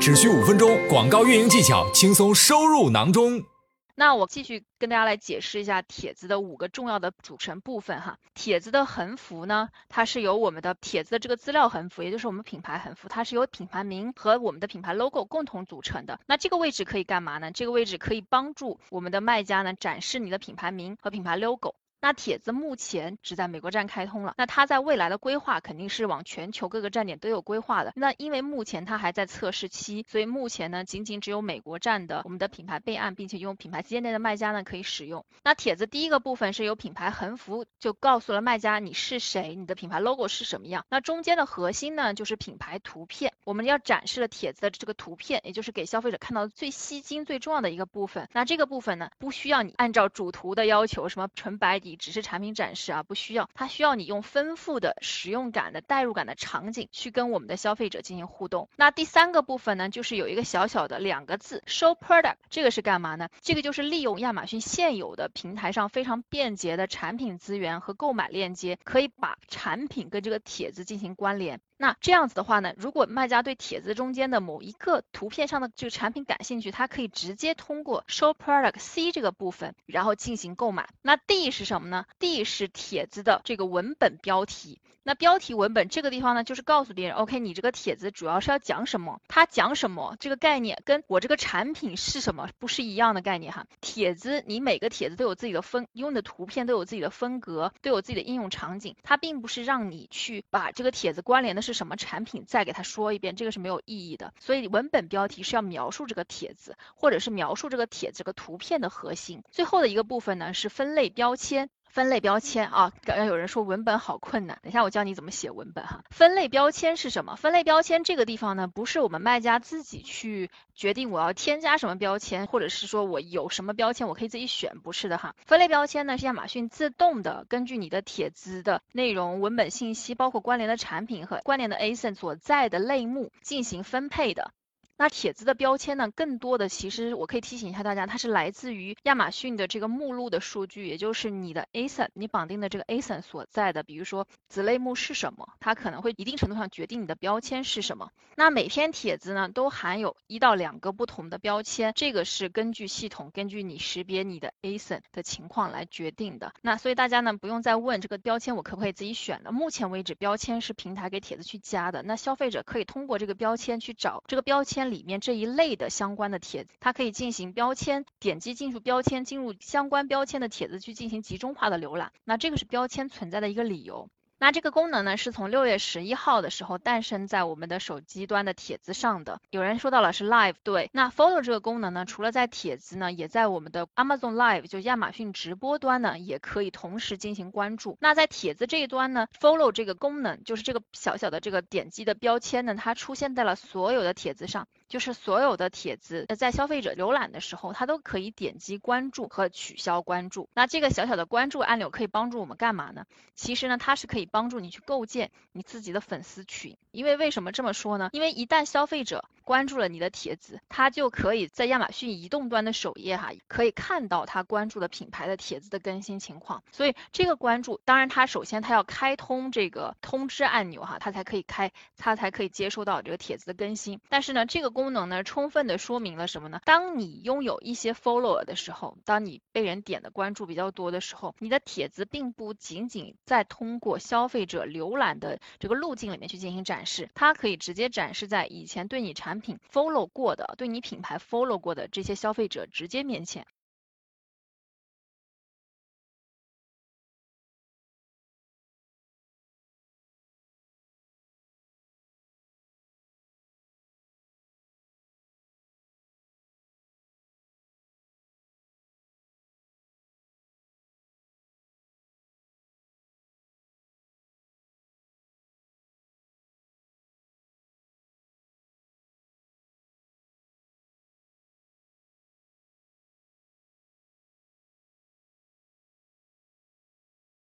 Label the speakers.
Speaker 1: 只需5分钟，广告运营技巧轻松收入囊中。
Speaker 2: 那我继续跟大家来解释一下帖子的5个重要的组成部分哈。帖子的横幅呢，它是由我们的帖子的这个资料横幅，也就是我们品牌横幅，它是由品牌名和我们的品牌 logo 共同组成的。那这个位置可以干嘛呢？这个位置可以帮助我们的卖家呢展示你的品牌名和品牌 logo。那帖子目前只在美国站开通了，那它在未来的规划肯定是往全球各个站点都有规划的。那因为目前它还在测试期，所以目前呢仅仅只有美国站的我们的品牌备案，并且用品牌旗舰店的卖家呢可以使用。那帖子第一个部分是由品牌横幅，就告诉了卖家你是谁，你的品牌 logo 是什么样。那中间的核心呢就是品牌图片，我们要展示了帖子的这个图片，也就是给消费者看到的最吸睛最重要的一个部分。那这个部分呢不需要你按照主图的要求，什么纯白底只是产品展示啊，不需要，它需要你用丰富的实用感的代入感的场景去跟我们的消费者进行互动。那第3个部分呢，就是有一个小小的2个字 show product， 这个是干嘛呢？这个就是利用亚马逊现有的平台上非常便捷的产品资源和购买链接，可以把产品跟这个帖子进行关联。那这样子的话呢，如果卖家对帖子中间的某一个图片上的这个产品感兴趣，他可以直接通过 Show Product C 这个部分，然后进行购买。那 D 是什么呢？ D 是帖子的这个文本标题。那标题文本这个地方呢，就是告诉别人 OK 你这个帖子主要是要讲什么，它讲什么这个概念跟我这个产品是什么不是一样的概念哈。帖子你每个帖子都有自己的用的图片都有自己的风格，都有自己的应用场景，它并不是让你去把这个帖子关联的是什么产品再给它说一遍，这个是没有意义的。所以文本标题是要描述这个帖子，或者是描述这个帖子这个图片的核心。最后的一个部分呢是分类标签。分类标签啊，刚刚有人说文本好困难，等一下我教你怎么写文本哈。分类标签是什么？分类标签这个地方呢，不是我们卖家自己去决定我要添加什么标签，或者是说我有什么标签我可以自己选，不是的哈。分类标签呢是亚马逊自动的根据你的帖子的内容、文本信息，包括关联的产品和关联的 ASIN 所在的类目进行分配的。那帖子的标签呢，更多的其实我可以提醒一下大家，它是来自于亚马逊的这个目录的数据，也就是你的 ASIN， 你绑定的这个 ASIN 所在的，比如说子类目是什么，它可能会一定程度上决定你的标签是什么。那每篇帖子呢，都含有1到2个不同的标签，这个是根据系统根据你识别你的 ASIN 的情况来决定的。那所以大家呢不用再问这个标签我可不可以自己选了，目前为止标签是平台给帖子去加的，那消费者可以通过这个标签去找这个标签里面这一类的相关的帖子，它可以进行标签点击进入标签，进入相关标签的帖子去进行集中化的浏览，那这个是标签存在的一个理由。那这个功能呢，是从6月11号的时候诞生在我们的手机端的帖子上的。有人说到了是 Live， 对，那 Follow 这个功能呢，除了在帖子呢，也在我们的 Amazon Live， 就亚马逊直播端呢，也可以同时进行关注。那在帖子这一端呢 ，Follow 这个功能，就是这个小小的这个点击的标签呢，它出现在了所有的帖子上，就是所有的帖子在消费者浏览的时候，它都可以点击关注和取消关注。那这个小小的关注按钮可以帮助我们干嘛呢？其实呢，它是可以帮助你去构建你自己的粉丝群。因为为什么这么说呢？因为一旦消费者关注了你的帖子，他就可以在亚马逊移动端的首页可以看到他关注的品牌的帖子的更新情况。所以这个关注，当然他首先他要开通这个通知按钮他才可以接收到这个帖子的更新。但是呢，这个功能呢，充分的说明了什么呢？当你拥有一些 follower 的时候，当你被人点的关注比较多的时候，你的帖子并不仅仅在通过消费者浏览的这个路径里面去进行展示，它可以直接展示在以前对你产品 follow 过的、对你品牌 follow 过的这些消费者直接面前。